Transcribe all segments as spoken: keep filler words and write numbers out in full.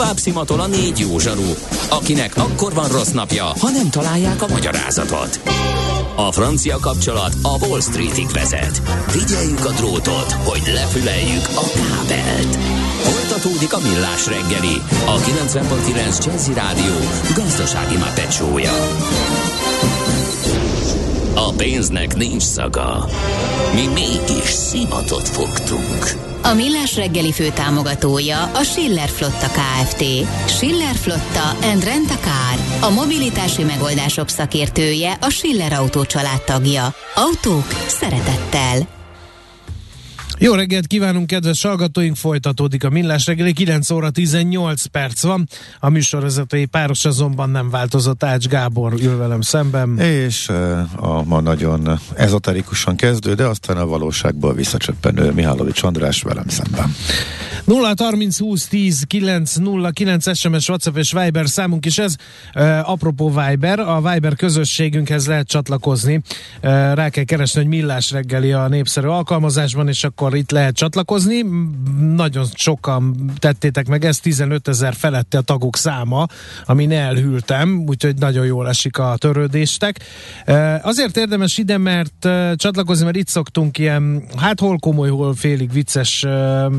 tovább szimatol a négy jó zsaru, akinek akkor van rossz napja, ha nem találják a magyarázatot. A francia kapcsolat a Wall Streetig vezet. Figyeljük a drótot, hogy lefüleljük a kábelt. Folytatódik a Millás reggeli, a kilencven pont kilenc Jazzy Rádió gazdasági mápecsója. A pénznek nincs szaga. Mi mégis szimatot fogtunk. A Millás reggeli főtámogatója a Schiller Flotta Kft. Schiller Flotta and Rent a Car. A mobilitási megoldások szakértője, a Schiller Autó család tagja. Autók szeretettel. Jó reggelt kívánunk, kedves hallgatóink! Folytatódik a Millás reggeli, kilenc óra tizennyolc perc van. A műsorvezetői páros azonban nem változott, Ács Gábor ül velem szemben. És a ma nagyon ezoterikusan kezdő, de aztán a valóságból visszacsöppenő Mihálovics András velem szemben. nulla harminc húsz tíz kilenc nulla kilenc es em es, WhatsApp és Viber számunk is ez. Uh, apropó Viber, a Viber közösségünkhez lehet csatlakozni. Uh, rá kell keresni, hogy Millás reggeli a népszerű alkalmazásban, és akkor itt lehet csatlakozni. Nagyon sokan tettétek meg ezt, tizenötezer feletti a tagok száma, amin elhűltem, úgyhogy nagyon jól esik a törődéstek. Uh, azért érdemes ide, mert uh, csatlakozni, mert itt szoktunk ilyen, hát hol komoly, hol félig vicces uh,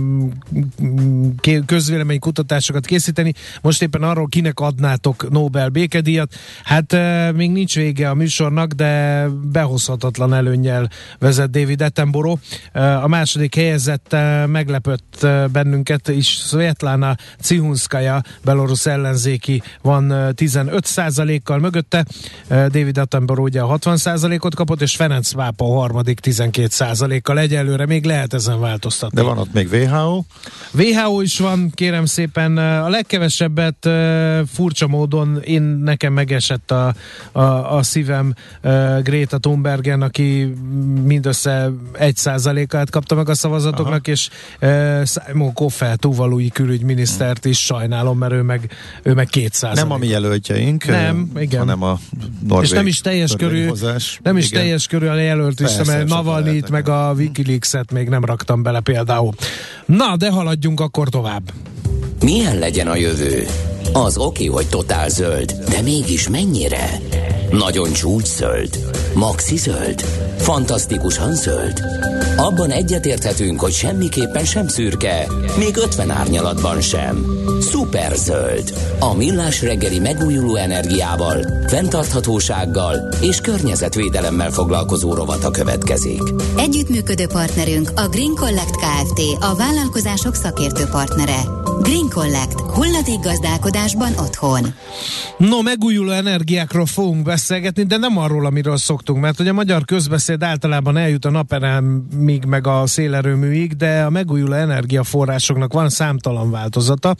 közvéleménykutatásokat készíteni. Most éppen arról, kinek adnátok Nobel békedíjat. Hát e, még nincs vége a műsornak, de behozhatatlan előnnyel vezet David Attenborough. E, a második helyezett e, meglepött e, bennünket is. Svetlana Cihunszkaja, belorusz ellenzéki van e, tizenöt százalékkal mögötte. E, David Attenborough ugye a hatvan százalékot kapott, és Ferenc Pápa a harmadik tizenkét százalékkal. Egyelőre még lehet ezen változtatni. De van ott még vé há o? vé há o is van, kérem szépen. A legkevesebbet uh, furcsa módon én nekem megesett a, a, a szívem uh, Greta Thunbergen, aki mindössze egy százalékát kapta meg a szavazatoknak, aha, és uh, Simon Koffel, tuvalui külügyminisztert is sajnálom, mert ő meg, ő meg két százalék. Nem a mi jelöltjeink, nem, igen, hanem a norvég, és nem is teljes körű, nem is igen, teljes körű a jelölt is, mert Navalnyit meg a Wikileaks-et még nem raktam bele például. Na, de haladjunk akkor tovább. Milyen legyen a jövő? Az oké, hogy totál zöld, de mégis mennyire? Nagyon csúcs zöld? Maxi zöld? Fantasztikusan zöld? Abban egyetérthetünk, hogy semmiképpen sem szürke, még ötven árnyalatban sem. Szuper zöld. A Millás reggeli megújuló energiával, fenntarthatósággal és környezetvédelemmel foglalkozó rovata következik. Együttműködő partnerünk a Green Collect Kft. A vállalkozások szakértő partnere. Green Collect. Hulladékgazdálkodásban otthon. No, megújuló energiákról fogunk beszélgetni, de nem arról, amiről szoktunk, mert hogy a magyar közbeszéd általában eljut a napelemig meg a szélerőműig, de a megújuló energiaforrásoknak van számtalan változata.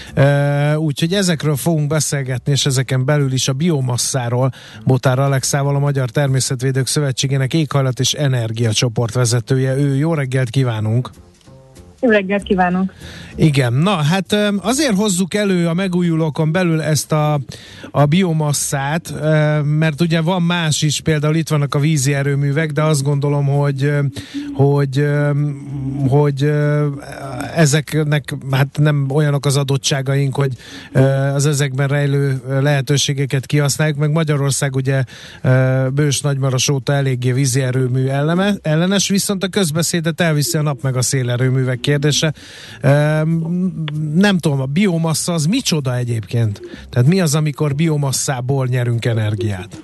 E, úgyhogy ezekről fogunk beszélgetni, és ezeken belül is a biomasszáról, Botár Alexával, a Magyar Természetvédők Szövetségének éghajlat és energiacsoport vezetője. Ő, jó reggelt kívánunk! Jó reggelt kívánok! Igen, na hát azért hozzuk elő a megújulókon belül ezt a, a biomasszát, mert ugye van más is, például itt vannak a vízi erőművek, de azt gondolom, hogy, hogy, hogy ezeknek hát nem olyanok az adottságaink, hogy az ezekben rejlő lehetőségeket kihasználjuk, meg Magyarország ugye Bős Nagymaros óta eléggé vízi erőmű elleme, ellenes, viszont a közbeszédet elviszi a nap meg a szélerőművek kérdése. Nem tudom, a biomassa az micsoda egyébként? Tehát mi az, amikor biomasszából nyerünk energiát?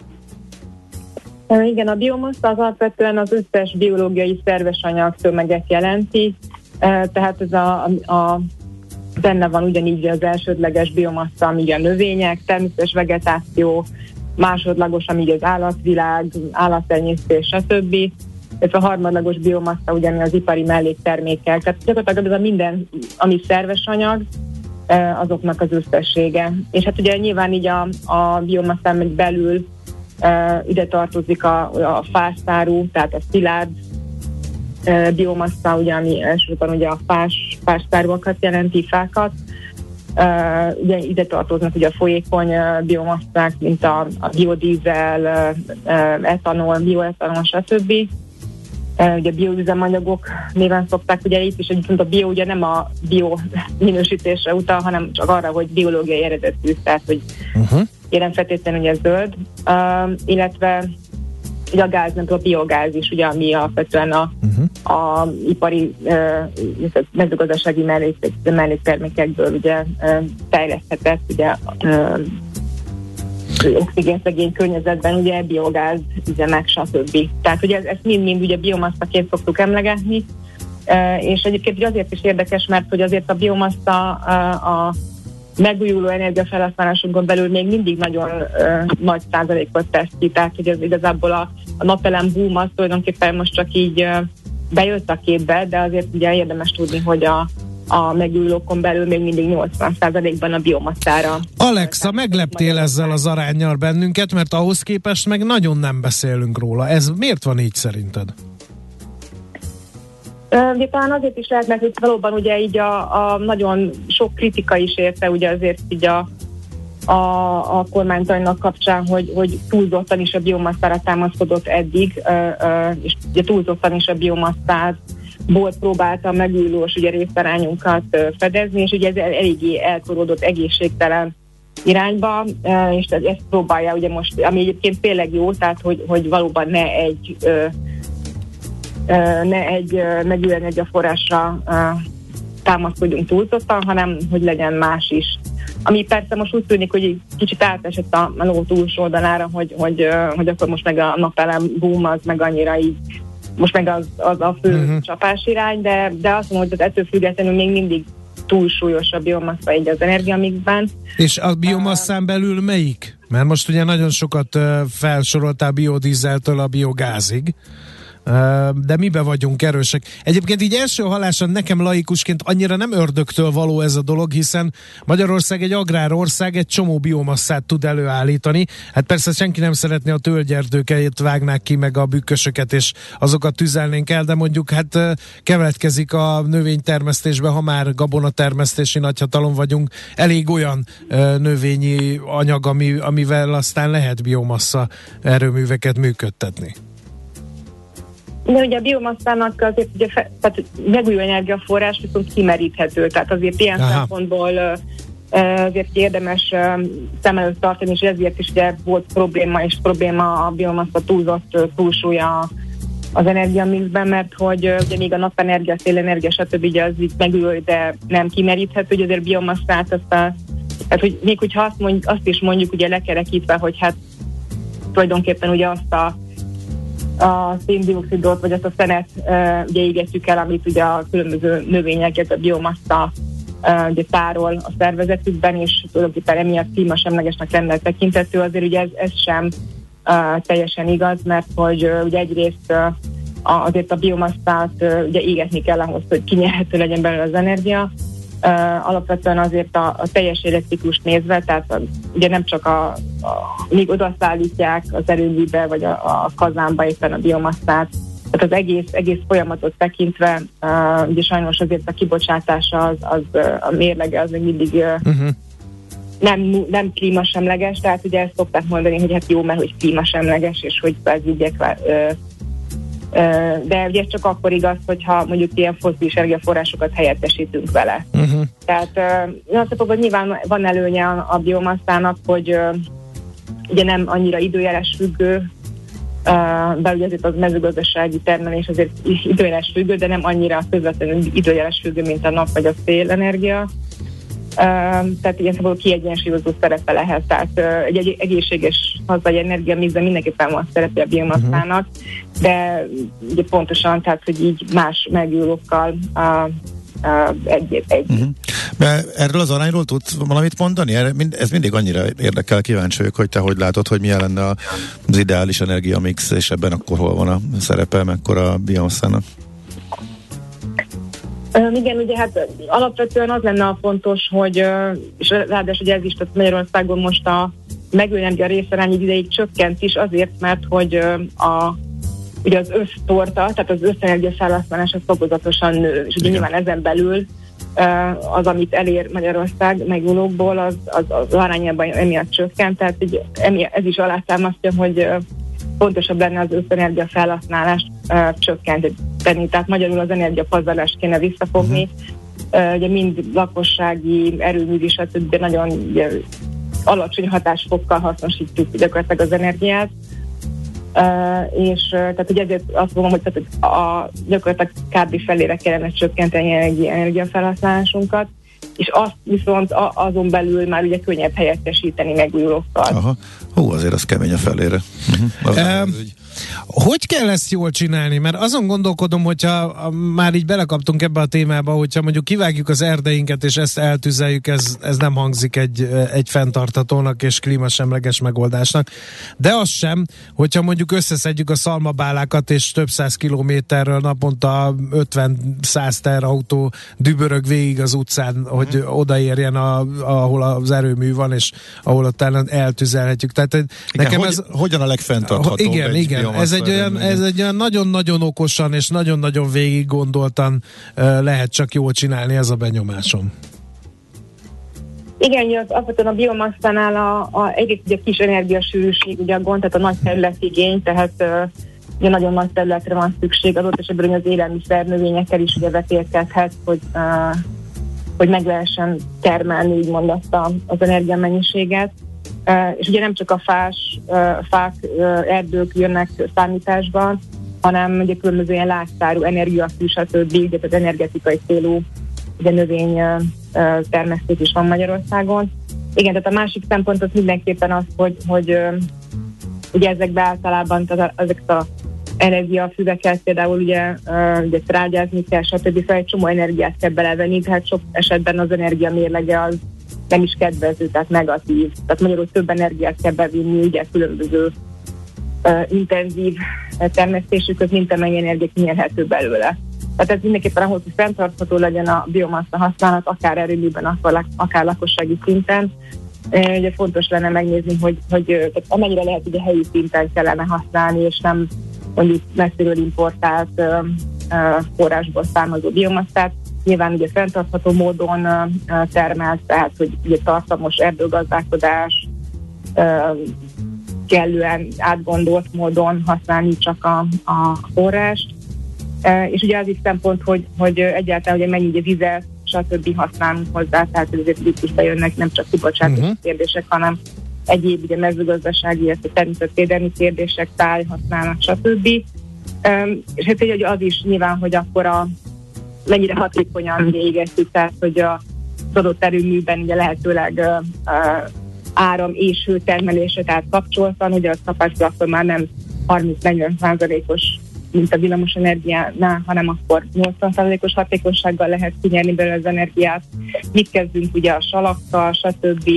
Igen, a biomassa az alapvetően az összes biológiai szerves anyag tömeget jelenti, tehát ez a, a benne van ugyanígy az elsődleges biomassa, ami a növények, természetes vegetáció, másodlagos, ami az állatvilág, állattenyésztés, stb. Ez a harmadlagos biomassa, ugye, ami az ipari melléktermékek. Tehát gyakorlatilag ez a minden, ami szerves anyag, azoknak az összessége. És hát ugye nyilván így a, a biomasszán belül uh, ide tartozik a, a fászárú, tehát a szilárd uh, biomassa, ugye, ami elsősorban ugye a fás, fászárúakat jelenti, fákat. Uh, ugye ide tartoznak ugye a folyékony uh, biomasszák, mint a, a biodízel, uh, uh, etanol, bioetanol, stb. ugye bioüzemanyagok néven szokták, ugye itt is egyébként a bio ugye nem a bio minősítésre utal, hanem csak arra, hogy biológiai eredetű, tehát hogy uh-huh. jelen feltétlenül ugye zöld, uh, illetve ugye a gáz, nem a biogáz is, ugye, ami alapvetően a, uh-huh. a ipari uh, mezőgazdasági mellék, melléktermékekből ugye uh, fejleszthetett, ugye uh, oxigénszegény környezetben ugye biogáz üzemek, stb. Tehát ugye ezt mind-mind ugye biomasszaként szoktuk emlegetni, uh, és egyébként ugye azért is érdekes, mert hogy azért a biomassa uh, a megújuló energiafelhasználásunkon belül még mindig nagyon uh, nagy százalékot tesz ki, tehát hogy ez igazából a, a napelem boom az tulajdonképpen most csak így uh, bejött a képbe, de azért ugye érdemes tudni, hogy a, a megújulókon belül még mindig nyolcvan százalékban a biomasszára. Alexa, megleptél ezzel az aránnyal bennünket, mert ahhoz képest meg nagyon nem beszélünk róla. Ez miért van így szerinted? De talán azért is lehet, mert itt valóban ugye így a, a nagyon sok kritika is érte ugye azért így a, a, a kormányzatnak kapcsán, hogy, hogy túlzottan is a biomasszára támaszkodott eddig, és ugye túlzottan is a biomasszából próbálta megújulós ugye részarányunkat fedezni, és ugye ez eléggé eltoródott egészségtelen irányba, és ezt próbálja ugye most, ami egyébként tényleg jó, tehát hogy, hogy valóban ne egy ne egy megújuló energiaforrásra támaszkodjunk túlzottan, hanem hogy legyen más is. Ami persze most úgy tűnik, hogy kicsit átesett a ló túlsó oldalára, hogy, hogy, hogy akkor most meg a napelem boom az meg annyira így, most meg az, az a fő uh-huh. csapás irány, de, de azt mondom, hogy az ettől függetlenül még mindig túlsúlyos a biomassa így az energiamixben. És a biomasszán belül melyik? Mert most ugye nagyon sokat felsoroltál biodízeltől a biogázig, de mibe vagyunk erősek. Egyébként így első halláson nekem laikusként annyira nem ördögtől való ez a dolog, hiszen Magyarország egy agrárország, egy csomó biomasszát tud előállítani. Hát persze senki nem szeretné a tölgyerdőket vágnák ki, meg a bükkösöket, és azokat tüzelnénk el, de mondjuk hát keletkezik a növénytermesztésben, ha már gabonatermesztési nagyhatalom vagyunk, elég olyan növényi anyag, ami, amivel aztán lehet biomassa erőműveket működtetni. De ugye a biomasszának azért ugye fe, tehát megújuló energiaforrás viszont kimeríthető, tehát azért ilyen Aha. szempontból azért érdemes szem előtt tartani, és ezért is ugye volt probléma, és probléma a biomassa túlzott túlsúlya az energiamixben, mert hogy ugye még a napenergia, szélenergia, stb. Ugye az így megújuló, de nem kimeríthető, hogy azért biomasszát, azt a, tehát hogy még hogyha azt, mondj, azt is mondjuk ugye lekerekítve, hogy hát tulajdonképpen ugye azt a a széndioxidot, vagy azt a szenet uh, ugye égetjük el, amit ugye a különböző növényeket, a biomassa uh, ugye tárol a szervezetükben, és tulajdonképpen emiatt klímasemlegesnek lenne tekintető, azért ugye ez, ez sem uh, teljesen igaz, mert hogy uh, ugye egyrészt uh, azért a biomasszát uh, ugye égetni kell ahhoz, hogy kinyerhető legyen belőle az energia. Uh, alapvetően azért a, a teljes életciklust nézve, tehát a, ugye nem csak a, a míg odaszállítják az erőműbe, vagy a, a kazánba éppen a biomasszát, tehát az egész, egész folyamatot tekintve, uh, ugye sajnos azért a kibocsátása, az, az uh, a mérlege az még mindig uh, uh-huh. nem, nem klímasemleges, tehát ugye ezt szokták mondani, hogy hát jó, mert hogy klímasemleges, és hogy ez ügyek uh, de ugye ez csak akkor igaz, hogyha mondjuk ilyen fosszilis energiaforrásokat helyettesítünk vele. Uh-huh. Tehát azt mondom, hogy nyilván van előnye a, a biomasszának, hogy uh, ugye nem annyira időjeles függő, uh, de ugye azért az mezőgazdasági termelés azért időjeles függő, de nem annyira közvetlenül időjeles függő, mint a nap vagy a szélenergia. Uh, tehát ilyen szabadul kiegyensúlyozó szerepe lehet, tehát uh, egy, egy egészséges hazai energiamixben mindenképpen van szerepe a biomasszának, uh-huh. de ugye pontosan, tehát hogy így más megújulókkal uh, uh, egy, egy. Uh-huh. De erről az arányról tudsz valamit mondani? Erre mind, ez mindig annyira érdekel, kíváncsi vagyok, hogy te hogy látod, hogy milyen lenne az ideális energiamix, és ebben akkor hol van a szerepe, mekkora a biomasszának? Uh, igen, ugye hát alapvetően az lenne a fontos, hogy, uh, és ráadásul ugye ez is, tehát Magyarországon most a megújuló energia részarány ideig csökkent is azért, mert hogy uh, a, ugye az össztorta, tehát az összenergia felhasználás az fokozatosan nő, és ugye nyilván ezen belül uh, az, amit elér Magyarország megújulókból, az, az, az arányában emiatt csökkent, tehát így, emiatt, ez is alátámasztja, hogy uh, fontosabb lenne az összenergia felhasználást uh, csökkenteni. Tehát magyarul az energiapazarlást kéne visszafogni. Uh, ugye mind lakossági erőmű is, stb. Nagyon ugye, alacsony hatásfokkal hasznosítjuk gyakorlatilag az energiát. Uh, és uh, tehát ugye ezért azt mondom, hogy tehát, a, gyakorlatilag kb. Felére kellene csökkenteni energi- energiafelhasználásunkat, és azt viszont a, azon belül már ugye könnyebb helyettesíteni megújulókkal. Aha. Hú, azért az kemény a felére. Uh-huh. Um, hogy kell ezt jól csinálni? Mert azon gondolkodom, hogyha már így belekaptunk ebbe a témába, hogyha mondjuk kivágjuk az erdeinket, és ezt eltüzeljük, ez, ez nem hangzik egy, egy fenntarthatónak és klímasemleges megoldásnak. De az sem, hogyha mondjuk összeszedjük a szalmabálákat, és több száz kilométerről naponta ötven-száz terautó dübörög végig az utcán, hogy hmm. odaérjen, a, ahol az erőmű van, és ahol ott eltüzelhetjük. Tehát igen, nekem hogy, ez... Hogyan a legfenntarthatóbb? Igen, igen. Ez egy, olyan, ez egy olyan nagyon-nagyon okosan és nagyon-nagyon végig gondoltan uh, lehet csak jól csinálni, ez a benyomásom. Igen, az alapvetően a biomasszánál a, a, egyrészt ugye a kis energiasűrűség ugye a gond, tehát a nagy területigény, tehát uh, ugye nagyon nagy területre van szükség, adott esetben az élelmiszer növényekkel is ugye vetélkedhet, hogy, uh, hogy meg lehessen termelni, úgymond azt a, az energiamennyiséget. Uh, és ugye nem csak a fás, uh, fák, uh, erdők jönnek számításban, hanem ugye különböző ilyen lágyszárú energiafű, stb. Ugye tehát energetikai célú ugye növény uh, uh, termesztés is van Magyarországon. Igen, tehát a másik szempont az mindenképpen az, hogy, hogy uh, ugye ezekben általában tehát ezeket az energiafüveket például ugye, uh, ugye trágyázni kell, stb. Szóval egy csomó energiát kell belevenni, tehát sok esetben az energia mérlege az nem is kedvező, tehát negatív. Tehát magyarul több energiát kell bevinni, ugye különböző uh, intenzív termesztésükhöz, mint amennyi energia kinyerhető belőle. Tehát ez mindenképpen ahhoz, hogy fenntartható legyen a biomassa használat, akár erőműben, akár, akár lakossági szinten. Uh, ugye fontos lenne megnézni, hogy, hogy tehát amennyire lehet ugye helyi szinten kellene használni, és nem mondjuk messziről importált uh, uh, forrásból származó biomasszát. Nyilván ugye fenntartható módon uh, termelt, tehát hogy ugye tartalmas erdőgazdálkodás, uh, kellően átgondolt módon használni csak a, a forrást. Uh, és ugye az is szempont, hogy, hogy egyáltalán ugye mennyi ugye vizet, stb. Használunk hozzá, tehát ezért itt is bejönnek nem csak kibocsátás uh-huh. kérdések, hanem egyéb ugye mezőgazdasági, illetve természetvédelmi kérdések, tájhasználat, stb. Um, és hát ugye az is nyilván, hogy akkor a mennyire hatékonyan ugye égezzük, tehát hogy az adott erőműben ugye lehetőleg uh, uh, áram és hőtermelésre, tehát kapcsoltan, ugye a szapásra akkor már nem harminc-negyven százalékos, mint a villamos energiánál, hanem akkor nyolcvan százalékos hatékonysággal lehet kinyerni belőle az energiát. Mit kezdünk ugye a salakkal, stb.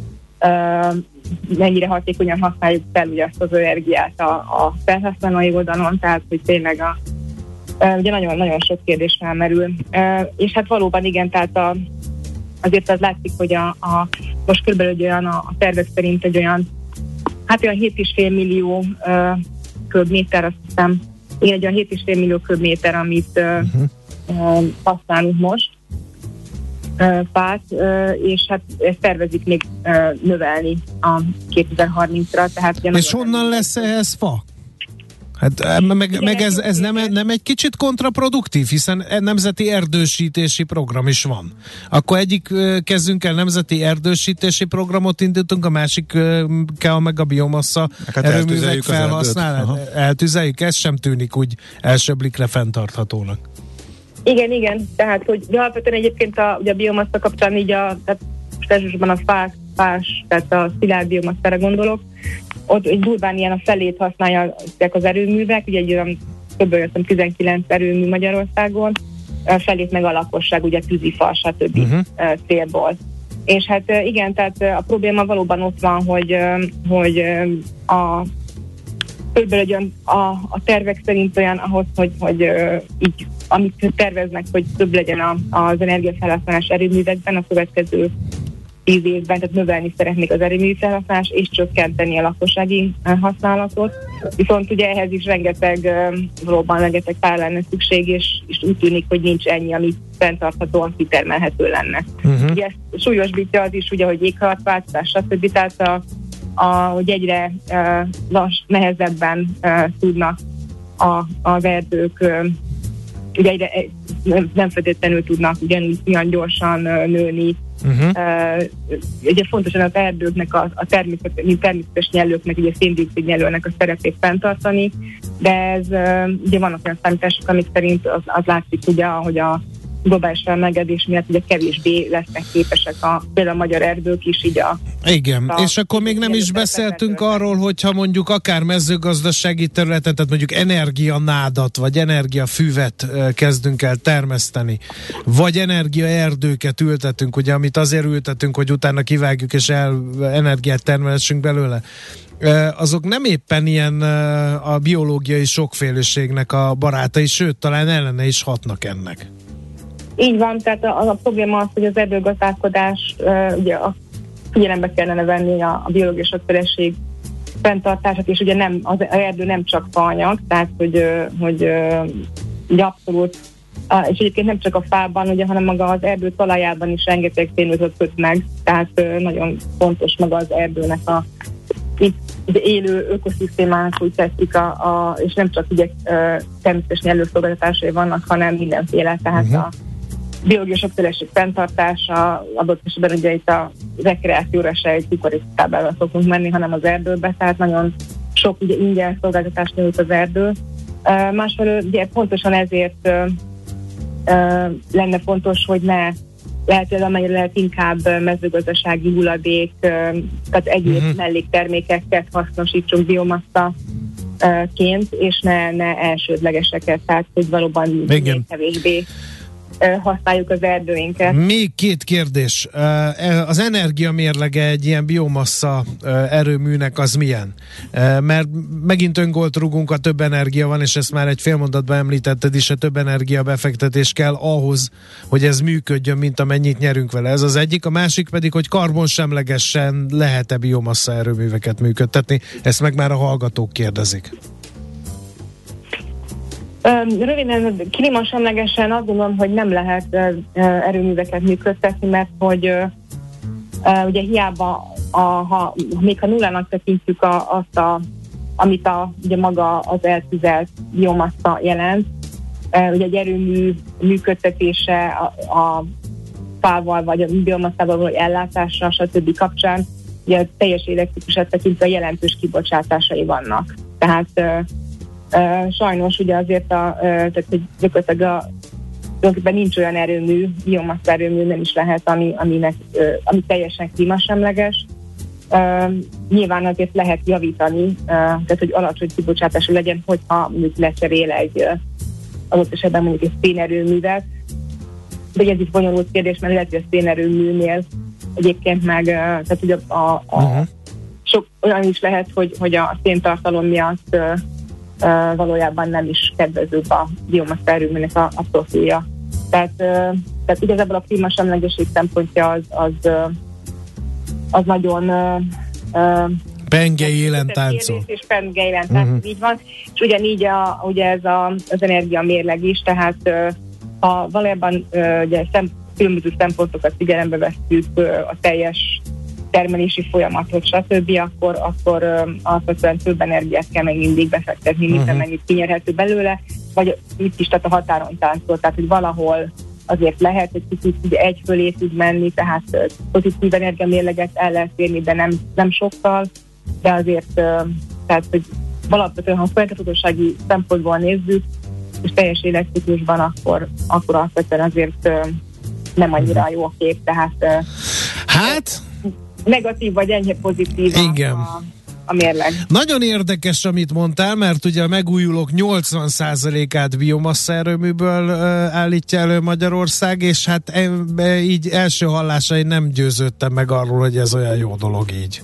Uh, mennyire hatékonyan használjuk fel ugye azt az energiát a, a felhasználói oldalon, tehát hogy tényleg a Uh, ugye nagyon-nagyon sok kérdés felmerül. Uh, és hát valóban igen, tehát a, azért az látszik, hogy a, a, most körülbelül olyan a, a tervek szerint egy olyan, hát olyan hét egész öt millió uh, köbméter, azt hiszem, igen, egy olyan hét egész öt millió köbméter, amit uh, uh-huh. uh, használunk most uh, fát, uh, és hát ezt tervezik még uh, növelni a kétezer-harmincra. Tehát és honnan lesz ehhez fa? Hát meg, igen, meg ez, ez nem, nem egy kicsit kontraproduktív, hiszen nemzeti erdősítési program is van. Akkor egyik kezdünk el nemzeti erdősítési programot indítunk, a másik kell meg a biomassa hát erőművek felhasználását. Eltüzeljük, ez sem tűnik úgy első blikre fenntarthatónak. Igen, igen, tehát hogy alapvetően egyébként a, ugye a biomassa kapcsán így a, tehát elsősorban a fás, fás, tehát a szilárd biomasszára gondolok, ott egy durván ilyen a felét használják az erőművek, ugye egy olyan kb. tizenkilenc erőmű Magyarországon, a felét meg a lakosság, ugye tűzifa, stb. Uh-huh. célból. És hát igen, tehát a probléma valóban ott van, hogy, hogy a körülbelül olyan a, a tervek szerint olyan ahhoz, hogy, hogy így, amit terveznek, hogy több legyen a, az energiafelhasználás erőművekben a következő tíz évben, tehát növelni szeretnék az erőmű felhasználást és csökkenteni a lakossági használatot. Viszont ugye ehhez is rengeteg, valóban rengeteg pár lenne szükség, és, és úgy tűnik, hogy nincs ennyi, ami fenntarthatóan kitermelhető lenne. Uh-huh. Ugye ezt súlyosbítja az is, ugye, hogy éghajlatváltozás, stb. Tehát a, a, hogy egyre uh, lass, nehezebben uh, tudnak a, az erdők ugye egyre, nem, nem feltétlenül tudnak ugyan, ugyan gyorsan nőni. Uh-huh. Uh, ugye fontosan az erdőknek, a, a természet, természetes nyellőknek, ugye széndioxid nyellőnek a szerepét fenntartani, de ez uh, ugye vannak olyan számítások, amik szerint az, az látszik ugye, hogy a globális felmelegedés miatt ugye kevésbé lesznek képesek a, például a magyar erdők is így a... Igen, a, és akkor még nem is beszéltünk arról, hogyha mondjuk akár mezőgazdasági területen, tehát mondjuk energianádat, vagy energiafüvet kezdünk el termeszteni, vagy energiaerdőket ültetünk, ugye, amit azért ültetünk, hogy utána kivágjuk és el, energiát termelessünk belőle. Azok nem éppen ilyen a biológiai sokféleségnek a barátai, sőt, talán ellene is hatnak ennek. Így van, tehát a, a probléma az, hogy az erdőgazdálkodás, uh, ugye a figyelembe kellene venni a, a biológiai sokféleség fenntartását, és ugye nem, az erdő nem csak faanyag, tehát hogy, uh, hogy uh, ugye abszolút, uh, és egyébként nem csak a fában, ugye, hanem maga az erdő talajában is rengeteg szénhidrátot köt meg, tehát uh, nagyon fontos maga az erdőnek a itt ugye élő ökoszisztémák, úgy tetszik, a, a, és nem csak ugye uh, természetes nyellőszolgáltatásai vannak, hanem mindenféle, tehát uh-huh. a biológiai sokféleség fenntartása, adott esetben ugye itt a rekreációra se egy kukorikábával szokunk menni, hanem az erdőbe, tehát nagyon sok ugye ingyen szolgáltatást nyújt az erdő. Uh, másfelől ugye pontosan ezért uh, uh, lenne fontos, hogy ne lehetőleg amennyire lehet inkább mezőgazdasági hulladék, uh, tehát egyéb uh-huh. melléktermékeket hasznosítsunk biomasszaként, és ne, ne elsődlegeseket, tehát hogy valóban kevésbé használjuk az erdőinket. Még két kérdés. Az energia mérlege egy ilyen biomassa erőműnek az milyen? Mert megint öngolt rugunk, a több energia van, és ezt már egy fél mondatban említetted is, a több energia befektetés kell ahhoz, hogy ez működjön, mint amennyit nyerünk vele. Ez az egyik. A másik pedig, hogy karbonsemlegesen lehet-e biomassa erőműveket működtetni? Ezt meg már a hallgatók kérdezik. Röviden, klímasemlegesen azt gondolom, hogy nem lehet uh, erőműveket működtetni, mert hogy uh, uh, ugye hiába, a, ha, még ha nullának tekintjük a, azt, a, amit a, ugye maga az eltüzelt biomassa jelent, uh, ugye egy erőmű működtetése a, a fával vagy a biomasszával való ellátásra, stb. Kapcsán ugye teljes életciklusát tekintve jelentős kibocsátásai vannak. Tehát uh, Uh, sajnos ugye azért a, uh, tehát, hogy gyakorlatilag a, gyakorlatilag nincs olyan erőmű, biomassa erőmű nem is lehet, ami, aminek, uh, ami teljesen klímasemleges. Uh, nyilván azért lehet javítani, uh, tehát hogy alacsony kibocsátású legyen, hogyha mondjuk lecserél egy uh, adott esetben mondjuk egy szénerőművet. De ez is bonyolult kérdés, mert lehet, hogy a szénerőműnél egyébként meg, uh, tehát ugye a, a, a uh-huh. sok olyan is lehet, hogy, hogy a széntartalom miatt uh, Uh, valójában nem is kedvezőbb a biomassa erőműnek a, a profilja. Tehát, uh, tehát igazából a klímasemlegesség szempontja az, az, uh, az nagyon uh, uh, pengei élen táncol. És pengei élen táncol, uh-huh. így van. És ugyanígy a, ugye ez a, az energia mérleg is, tehát uh, ha valójában uh, ugye szem, különböző szempontokat figyelembe vesszük, uh, a teljes termelési folyamatot, stb., akkor, akkor um, alapvetően több energiát kell meg mindig befektetni, mint uh-huh. amennyit kinyerhető belőle, vagy itt is, tehát a határon táncol, tehát hogy valahol azért lehet, hogy kicsit egy fölé tud menni, tehát uh, pozitív energiamérleget el lehet érni, de nem, nem sokkal, de azért, uh, tehát, hogy alapvetően, ha folyamatosági szempontból nézzük, és teljes életciklusban, akkor, akkor alapvetően azért uh, nem annyira jó a kép, tehát uh, hát negatív vagy enyhe pozitív igen. a, a mérleg. Nagyon érdekes, amit mondtál, mert ugye a megújulók nyolcvan százalékát biomassa erőműből uh, állítja elő Magyarország, és hát e, így első hallásra én nem győződtem meg arról, hogy ez olyan jó dolog így.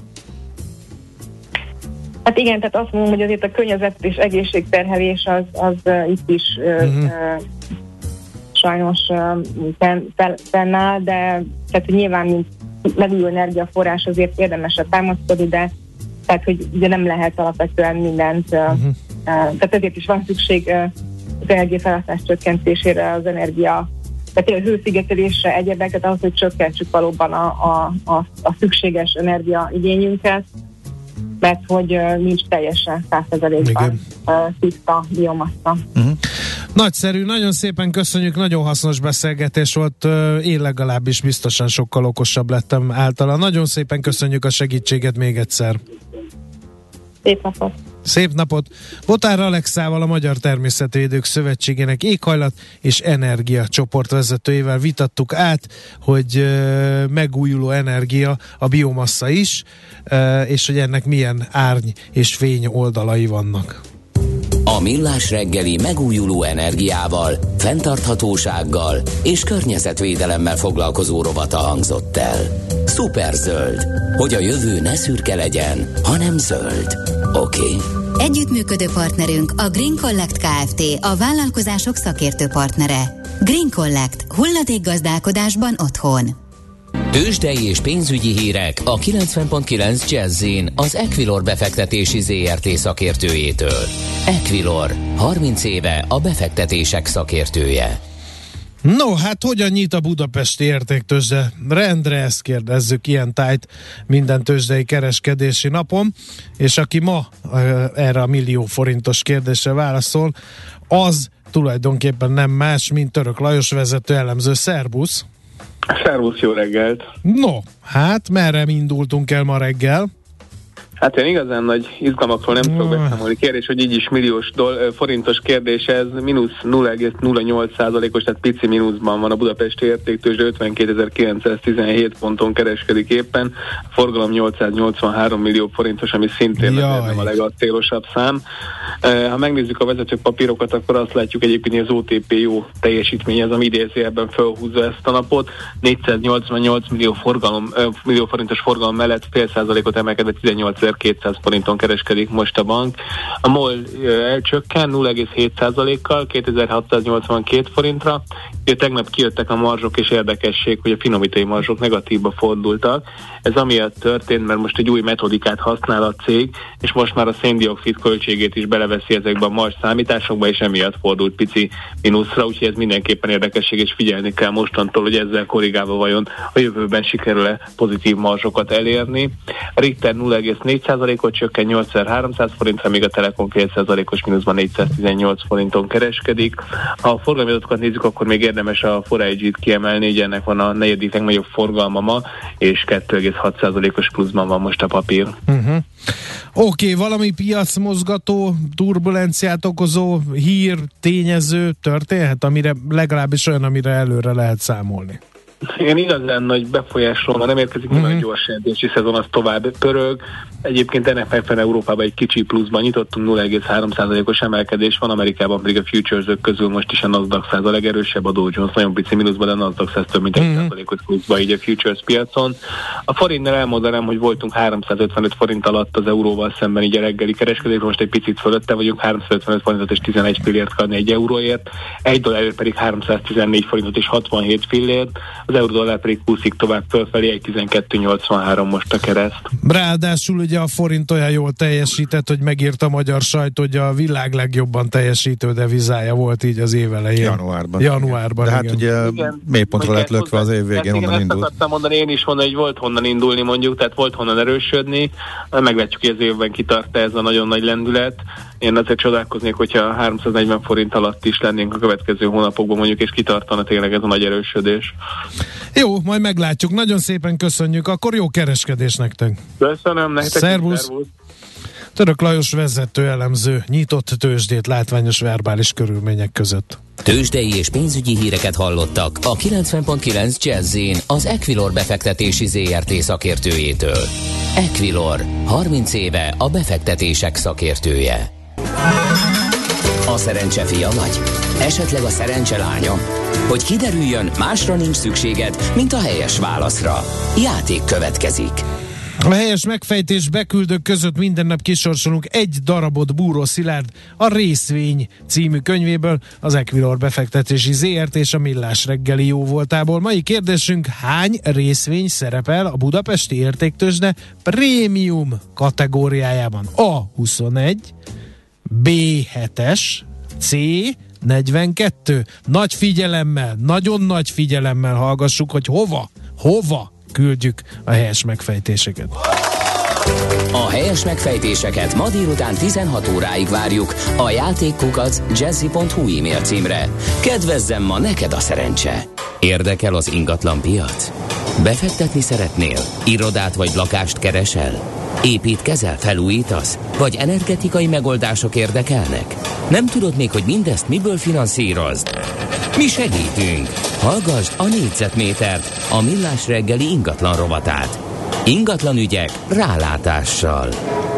Hát igen, tehát azt mondom, hogy azért a környezet és egészségterhelés az, az uh, itt is uh, uh-huh. uh, sajnos uh, ten, ten, tennáll, de tehát nyilván mint megújuló energiaforrás azért érdemesre támaszkodni, de tehát, hogy ugye nem lehet alapvetően mindent, uh-huh. uh, tehát ezért is van szükség uh, az energiafelhasználás csökkentésére, az energia, tehát a hőszigetelésre, egyebek, tehát ahhoz, hogy csökkentsük valóban a, a, a, a szükséges energiaigényünket. mert hogy uh, nincs teljesen száz százalékban uh, tiszta biomassa. Uh-huh. Nagyszerű, nagyon szépen köszönjük, nagyon hasznos beszélgetés volt, én legalábbis biztosan sokkal okosabb lettem általa. Nagyon szépen köszönjük a segítséget még egyszer. Szép napot! Szép napot! Botár Alexával, a Magyar Természetvédők Szövetségének éghajlat és energia csoportvezetőjével vitattuk át, hogy uh, megújuló energia a biomassa is, uh, és hogy ennek milyen árny és fény oldalai vannak. A Millás reggeli megújuló energiával, fenntarthatósággal és környezetvédelemmel foglalkozó rovata hangzott el. Szuperzöld, hogy a jövő ne szürke legyen, hanem zöld. Oké? Okay. Együttműködő partnerünk a Green Collect Kft., a vállalkozások szakértő partnere. Green Collect. Hulladékgazdálkodásban otthon. Tőzsdei és pénzügyi hírek a kilencven pont kilenc Jazz-in az Equilor befektetési zé er té szakértőjétől. Equilor, harminc éve a befektetések szakértője. No, hát hogyan nyit a budapesti értéktőzsde? Rendre ezt kérdezzük ilyen tájt minden tőzsdei kereskedési napon, és aki ma erre a millió forintos kérdésre válaszol, az tulajdonképpen nem más, mint Török Lajos vezető elemző. Szerbusz! Szervusz, jó reggelt! No, hát merre indultunk el ma reggel? Hát én igazán nagy izgalmakról nem tudok beszámolni. Kérdés, hogy így is milliós doll, forintos kérdés, ez mínusz nulla egész nulla nyolc százalékos, tehát pici mínuszban van a budapesti értéktőzsde, ötvenkétezer-kilencszáztizenhét ponton kereskedik éppen, a forgalom nyolcszáznyolcvanhárom millió forintos, ami szintén nem a legacélosabb szám. Ha megnézzük a vezető papírokat, akkor azt látjuk egyébként, hogy az o té pé jó teljesítmény, ez ami idézőjelben felhúzza ezt a napot, négyszáznyolcvannyolc millió, forgalom, millió forintos forgalom mellett fél százalékot emelkedve tizennyolcezer-kétszáz forinton kereskedik most a bank. A MOL elcsökken nulla egész hét százalékkal kétezer-hatszáznyolcvankét forintra. Ugye tegnap kijöttek a marzsok, és érdekesség, hogy a finomítói marzsok negatívba fordultak. Ez amiatt történt, mert most egy új metodikát használ a cég, és most már a széndioxid költségét is beleveszi ezekbe a marzs számításokba, és emiatt fordult pici mínuszra, úgyhogy ez mindenképpen érdekesség, és figyelni kell mostantól, hogy ezzel korrigálva vajon a jövőben sikerül-e pozitív marzsokat elérni. A Richter nulla egész négy százalékot csökken nyolcezer-háromszáz forintra, míg a Telekom fél százalékos mínuszban négyszáztizennyolc forinton kereskedik. Ha a forgalmi adatokat nézzük, akkor még érdemes a four I G-t kiemelni, ugye ennek van a negyedik legnagyobb forgalma ma, és kettő egész hat százalékos pluszban van most a papír. Uh-huh. Oké, okay, valami piacmozgató, turbulenciát okozó hír, tényező történhet, amire legalábbis olyan, amire előre lehet számolni? Igen, igazán nagy befolyásról nem érkezik, mm-hmm. a gyors jelentési szezon az tovább pörög. Egyébként ennek megfelelően Európában egy kicsi pluszban nyitottunk, nulla egész három százalékos emelkedés van, Amerikában pedig a futures-ök közül most is a Nasdaq száz a legerősebb, a Dow Jones nagyon pici mínuszban, de a Nasdaq száz több mint egy mm-hmm. százalékos pluszban így a futures piacon. A forintnál elmondanám, hogy voltunk háromszázötvenöt forint alatt az euróval szemben így a reggeli kereskedés, most egy picit fölötte vagyunk, háromszázötvenöt forintot és tizenegy fillért kell adni egy euróért, egy dollárért pedig háromszáztizennégy forintot és hatvanhét fillért, az euró-dollár pedig kúszik tovább fölfelé, egy tizenkettő nyolcvanhárom most a kereszt. Ráadásul ugye a forint olyan jól teljesített, hogy megírta a magyar sajtó, hogy a világ legjobban teljesítő devizája volt így az év elején. Januárban. Januárban, De hát igen. ugye mélypontra lett lökve az év végén, onnan indult. Ezt akartam mondani, én is mondani, hogy volt honnan indulni mondjuk, tehát volt honnan erősödni. Meglátjuk, hogy az évben kitart ez a nagyon nagy lendület. Én azért csodálkoznék, hogyha háromszáznegyven forint alatt is lennénk a következő hónapokban mondjuk, és kitartana tényleg ez a nagy erősödés. Jó, majd meglátjuk. Nagyon szépen köszönjük. Akkor jó kereskedés nektek. Köszönöm nektek. Szervusz. Szervusz. Török Lajos vezető elemző, nyitott tőzsdét látványos verbális körülmények között. Tőzsdei és pénzügyi híreket hallottak a kilencven pont kilenc Jazz-in az Equilor befektetési zé er té szakértőjétől. Equilor, harminc éve a befektetések szakértője. A szerencse fia vagy? Esetleg a szerencse lánya? Hogy kiderüljön, másra nincs szükséged, mint a helyes válaszra. Játék következik. A helyes megfejtés beküldők között minden nap kisorsolunk egy darabot Búró Szilárd a Részvény című könyvéből, az Equilor befektetési zé er té és a Millás reggeli jóvoltából. Mai kérdésünk: hány részvény szerepel a budapesti értéktőzsde prémium kategóriájában? A. huszonegy, B. hetes, C. negyvenkettő. Nagy figyelemmel, nagyon nagy figyelemmel hallgassuk, hogy hova, hova küldjük a helyes megfejtéseket. A helyes megfejtéseket ma délután tizenhat óráig várjuk a játékkukac jazzy pont hu e-mail címre. Kedvezzem ma neked a szerencse! Érdekel az ingatlan piac? Befektetni szeretnél? Irodát vagy lakást keresel? Építkezel, felújítasz? Vagy energetikai megoldások érdekelnek? Nem tudod még, hogy mindezt miből finanszírozd? Mi segítünk! Hallgasd a Négyzetmétert, a Millás reggeli ingatlan rovatát. Ingatlan ügyek rálátással.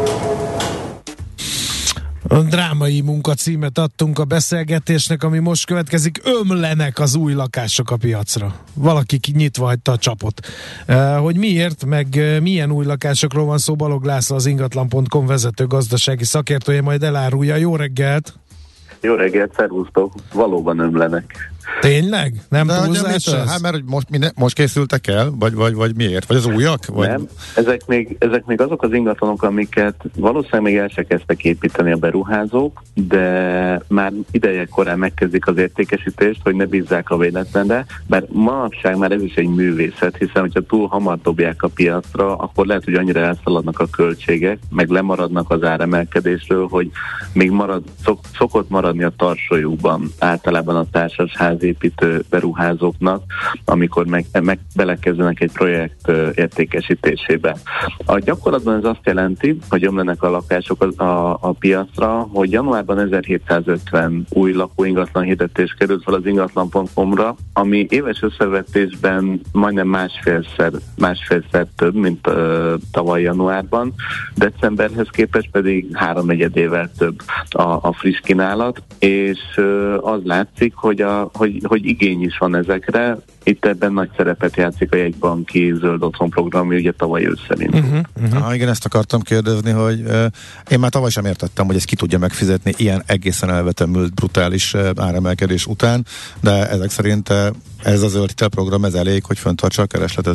A drámai munkacímet adtunk a beszélgetésnek, ami most következik. Ömlenek az új lakások a piacra. Valaki nyitva hagyta a csapot. Uh, hogy miért, meg uh, milyen új lakásokról van szó, Balog László, az ingatlan pont com vezető gazdasági szakértője majd elárulja. Jó reggelt! Jó reggelt, szervusztok! Valóban ömlenek. Tényleg? Nem de túlzás ez? Hát mert most, mine, most készültek el? Vagy, vagy, vagy miért? Vagy az újak? Vagy... Nem, ezek még, ezek még azok az ingatlanok, amiket valószínűleg még el se kezdtek építeni a beruházók, de már ideje korán megkezdik az értékesítést, hogy ne bízzák a véletlenre, mert manapság már ez is egy művészet, hiszen hogyha túl hamar dobják a piacra, akkor lehet, hogy annyira elszaladnak a költségek, meg lemaradnak az áremelkedésről, hogy még marad, szok, szokott maradni a tarsolyukban általában a társasház építő beruházóknak, amikor meg, meg belekezdenek egy projekt uh, értékesítésébe. A gyakorlatban ez azt jelenti, hogy ömlenek a lakások a, a, a piacra, hogy januárban ezerhétszázötven új lakóingatlan hirdetés került fel az ingatlan pont com-ra, ami éves összevetésben majdnem másfélszer, másfélszer több, mint uh, tavaly januárban, decemberhez képest pedig háromnegyedével több a, a friss kínálat, és uh, az látszik, hogy a hogy, hogy igény is van ezekre. Itt ebben nagy szerepet játszik a jegybanki zöld otthon program, ami ugye tavaly ősszel indult. Uh-huh, uh-huh. Ah, igen, ezt akartam kérdezni, hogy uh, én már tavaly sem értettem, hogy ezt ki tudja megfizetni ilyen egészen elvetemült, brutális uh, áremelkedés után, de ezek szerint uh, ez a zöld hitelprogram, ez elég, hogy fenntartsa a keresletet?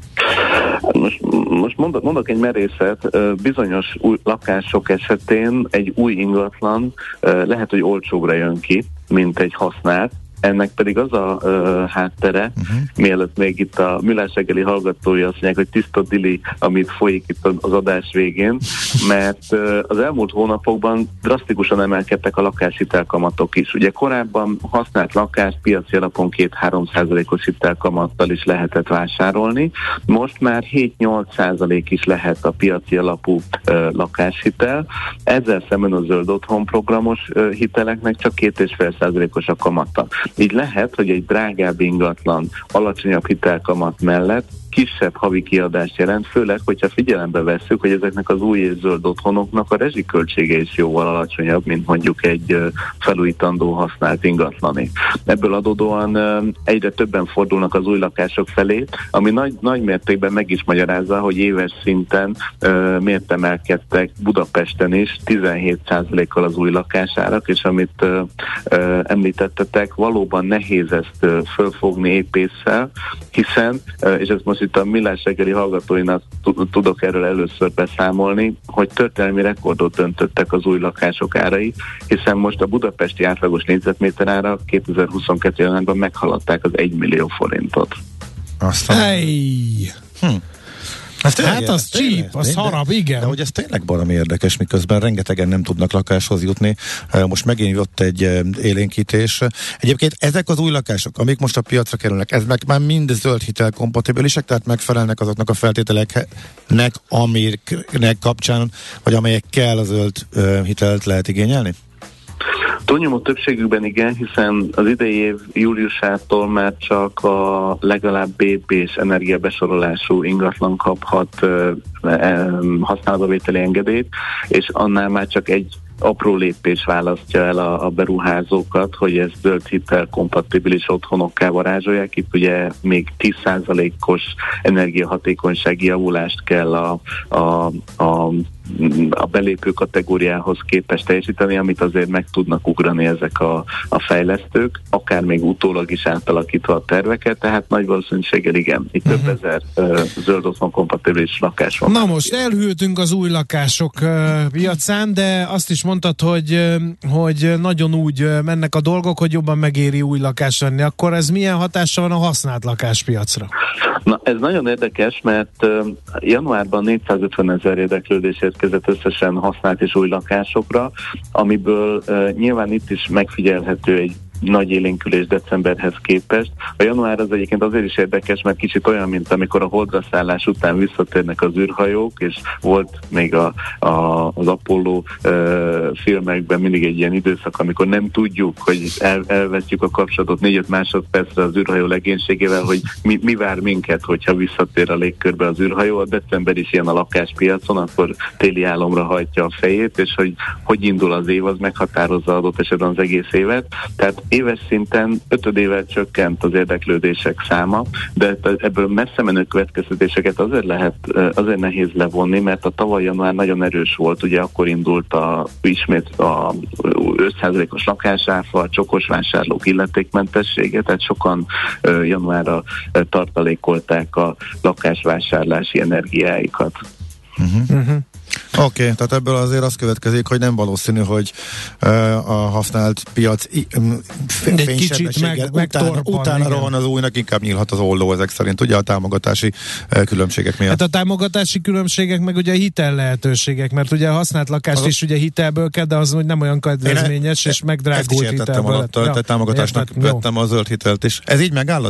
Most, most mondok, mondok egy merészet, bizonyos új lakások esetén egy új ingatlan lehet, hogy olcsóbbra jön ki, mint egy használt. Ennek pedig az a uh, háttere, uh-huh. mielőtt még itt a Millás reggeli hallgatói azt mondják, hogy tiszta dili, amit folyik itt az adás végén, mert uh, az elmúlt hónapokban drasztikusan emelkedtek a lakáshitelkamatok is. Ugye korábban használt lakást piaci alapon két-három százalékos hitelkamattal is lehetett vásárolni, most már hét-nyolc százalék is lehet a piaci alapú uh, lakáshitel. Ezzel szemben a zöld otthon programos uh, hiteleknek csak két egész öt százalékos a kamata. Így lehet, hogy egy drágább ingatlan alacsonyabb hitelkamat mellett kisebb havi kiadást jelent, főleg, hogyha figyelembe vesszük, hogy ezeknek az új és zöld otthonoknak a rezsiköltsége is jóval alacsonyabb, mint mondjuk egy felújítandó használt ingatlani. Ebből adódóan egyre többen fordulnak az új lakások felé, ami nagy, nagy mértékben meg is magyarázza, hogy éves szinten uh, miért emelkedtek Budapesten is tizenhét százalékkal az új lakásárak, és amit uh, uh, említettetek, valóban nehéz ezt uh, fölfogni épésszel, hiszen, uh, és ezt most itt a Millás reggeli hallgatóinak tudok erről először beszámolni, hogy történelmi rekordot döntöttek az új lakások árai, hiszen most a budapesti átlagos négyzetméter ára kétezer-huszonkettő januárban meghaladták az egy millió forintot. Aztán... Hey. Hm. Hát tényleg, az cheap, az harap, igen. De hogy ez tényleg valami érdekes, miközben rengetegen nem tudnak lakáshoz jutni. Most megint jött egy élénkítés. Egyébként ezek az új lakások, amik most a piacra kerülnek, ezek már mind zöld hitel kompatibilisek, tehát megfelelnek azoknak a feltételeknek, amiknek kapcsán, vagy amelyekkel a zöld hitelt lehet igényelni? Túlnyomó többségükben igen, hiszen az idei év júliusától már csak a legalább bé pés energiabesorolású ingatlan kaphat uh, um, használatbavételi engedélyt, és annál már csak egy apró lépés választja el a, a beruházókat, hogy ezt zöld hitel kompatibilis otthonokká varázsolják. Itt ugye még tíz százalékos energiahatékonysági javulást kell a, a, a a belépő kategóriához képest teljesíteni, amit azért meg tudnak ugrani ezek a, a fejlesztők, akár még utólag is átalakítva a terveket, tehát nagy valószínűséggel igen, itt uh-huh. több ezer uh, zöld otthon kompatibilis lakás van. Na most elhűltünk az új lakások uh, piacán, de azt is mondtad, hogy, uh, hogy nagyon úgy uh, mennek a dolgok, hogy jobban megéri új lakást venni. Akkor ez milyen hatással van a használt lakáspiacra? Na, ez nagyon érdekes, mert uh, januárban négyszázötvenezer érdeklődés érkezett összesen használt és új lakásokra, amiből uh, nyilván itt is megfigyelhető egy nagy élénkülés decemberhez képest. A január az egyébként azért is érdekes, mert kicsit olyan, mint amikor a holdra szállás után visszatérnek az űrhajók, és volt még a, a, az Apollo uh, filmekben mindig egy ilyen időszak, amikor nem tudjuk, hogy el, elvesztjük a kapcsolatot négy-öt másodpercre az űrhajó legénységével, hogy mi, mi vár minket, hogyha visszatér a légkörbe az űrhajó. A december is ilyen a lakáspiacon, akkor téli álomra hajtja a fejét, és hogy hogy indul az év, az meghatározza adott esetben az egész évet. Tehát éves szinten ötödével csökkent az érdeklődések száma, de ebből messze menő következtetéseket azért lehet, azért nehéz levonni, mert a tavaly január nagyon erős volt, ugye akkor indult a, ismét a öt százalékos lakásáfa, a csokos vásárlók illetékmentessége, tehát sokan januárra tartalékolták a lakásvásárlási energiáikat. Uh-huh. Uh-huh. Oké, okay, tehát ebből azért az következik, hogy nem valószínű, hogy uh, a használt piac fénysebességgel utána, utána rohan az újnak, inkább nyílhat az oldó ezek szerint, ugye a támogatási uh, különbségek miatt. Hát a támogatási különbségek, meg ugye a hitel lehetőségek, mert ugye a használt lakást az is ugye hitelből kell, de az úgy nem olyan kedvezményes, és megdrágult hitelből. Alatt, ja, tehát támogatásnak értem, vettem a zöld hitelt is. Ez így megáll?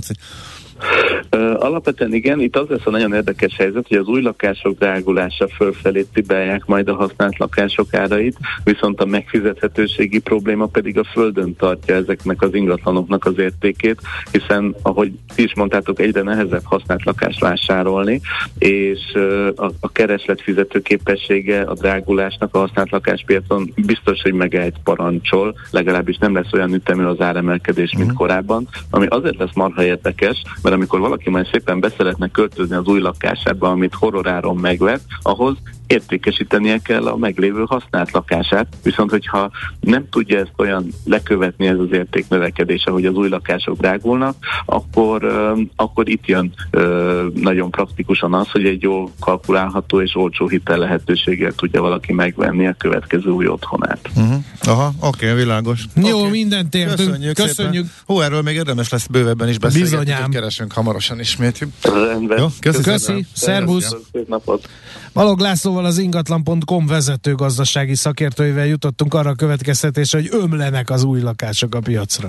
Uh, alapvetően igen, itt az lesz a nagyon érdekes helyzet, hogy az új lakások drágulása fölfelé cibálják majd a használt lakások árait, viszont a megfizethetőségi probléma pedig a földön tartja ezeknek az ingatlanoknak az értékét, hiszen, ahogy is mondtátok, egyre nehezebb használt lakást vásárolni, és uh, a, a kereslet fizetőképessége a drágulásnak a használt lakáspiacon biztos, hogy megállt parancsol, legalábbis nem lesz olyan ütemű az áremelkedés, mint mm. korábban, ami azért lesz marha érdekes, mert amikor valaki majd szépen beszeretne költözni az új lakásába, amit horroráron megvett, ahhoz értékesítenie kell a meglévő használt lakását, viszont hogyha nem tudja ezt olyan lekövetni, ez az értéknövekedés, ahogy az új lakások drágulnak, akkor, euh, akkor itt jön euh, nagyon praktikusan az, hogy egy jól kalkulálható és olcsó hitel lehetőséggel tudja valaki megvenni a következő új otthonát. Uh-huh. Aha, oké, okay, világos. Jó, okay. mindent értünk. Köszönjük, Köszönjük. Hú, erről még érdemes lesz bővebben is beszélgetni. Bizonyám. Keresünk hamarosan ismét. Rendben. Jó, köszi. Köszi. Szervusz. Szép napot. Balog Lászlóval, az ingatlan pont com vezető gazdasági szakértőivel jutottunk arra a következtetésre, hogy ömlenek az új lakások a piacra.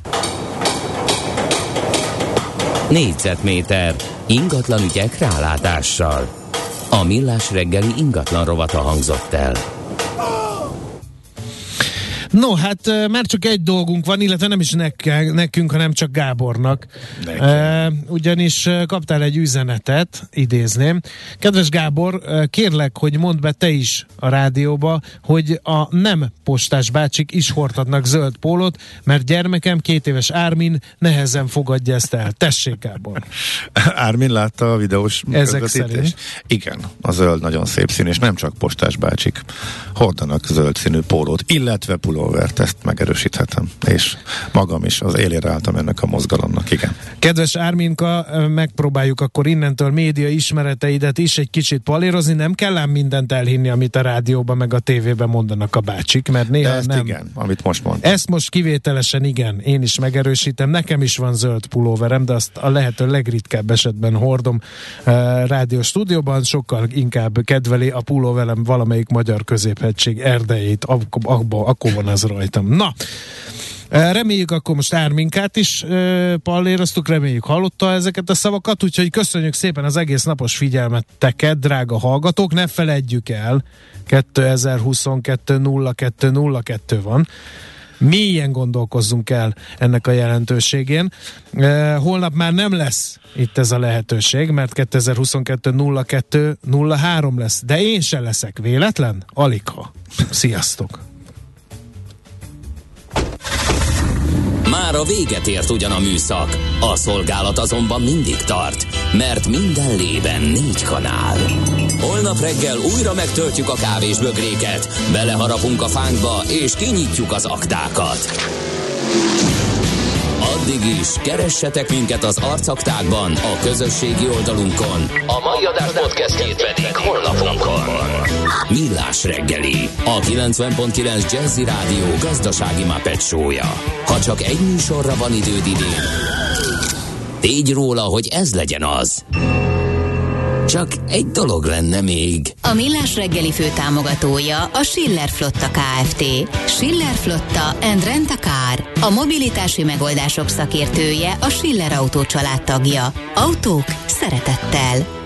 Négyzetméter ingatlan ügyek rálátással. A Millás reggeli ingatlan rovata hangzott el. No, hát már csak egy dolgunk van, illetve nem is nek- nekünk, hanem csak Gábornak. Uh, ugyanis kaptál egy üzenetet, idézném. Kedves Gábor, kérlek, hogy mondd be te is a rádióba, hogy a nem postás bácsik is hordhatnak zöld pólót, mert gyermekem, két éves Ármin nehezen fogadja ezt el. Tessék, Gábor. Ármin látta a videós ezek szerint. Igen, a zöld nagyon szép szín, és nem csak postás bácsik hordanak zöld színű pólót, illetve pulóvert, ezt megerősíthetem, és magam is az élére álltam ennek a mozgalomnak, igen. Kedves Árminka, megpróbáljuk akkor innentől média ismereteidet is egy kicsit palérozni, nem kell ám mindent elhinni, amit a rádióban meg a tévében mondanak a bácsik, mert néha ezt nem. Igen, amit most mondtam. Ezt most kivételesen igen, én is megerősítem, nekem is van zöld pulóverem, de azt a lehető legritkább esetben hordom uh, rádió stúdióban, sokkal inkább kedveli a pulóverem valamelyik magyar középhegység erdejét, ak- ak- akkor van az rajtam. Na, reméljük akkor most Árminkát is uh, palléroztuk, reméljük hallotta ezeket a szavakat, úgyhogy köszönjük szépen az egész napos figyelmeteket, drága hallgatók, ne feledjük el, kétezer-huszonkettő nulla kettő nulla kettő van, mélyen gondolkozzunk el ennek a jelentőségén. Uh, holnap már nem lesz itt ez a lehetőség, mert kétezer-huszonkettő nulla kettő nulla három lesz, de én se leszek, véletlen? Aligha. Sziasztok! Már a véget ért ugyan a műszak, a szolgálat azonban mindig tart, mert minden lében négy kanál. Holnap reggel újra megtöltjük a kávésbögréket, beleharapunk a fánkba és kinyitjuk az aktákat. Addig is, keressetek minket az arcaktákban, a közösségi oldalunkon. A mai adás podcastjét pedig honlapunkon. Millás reggeli, a kilencven pont kilenc Jazzy Rádió gazdasági Muppet show-ja. Ha csak egy műsorra van időd idén, tégy róla, hogy ez legyen az. Csak egy dolog lenne még. A Millás reggeli főtámogatója a Schiller Flotta Kft. Schiller Flotta and Rent a Car. A mobilitási megoldások szakértője, a Schiller Autó család tagja. Autók szeretettel.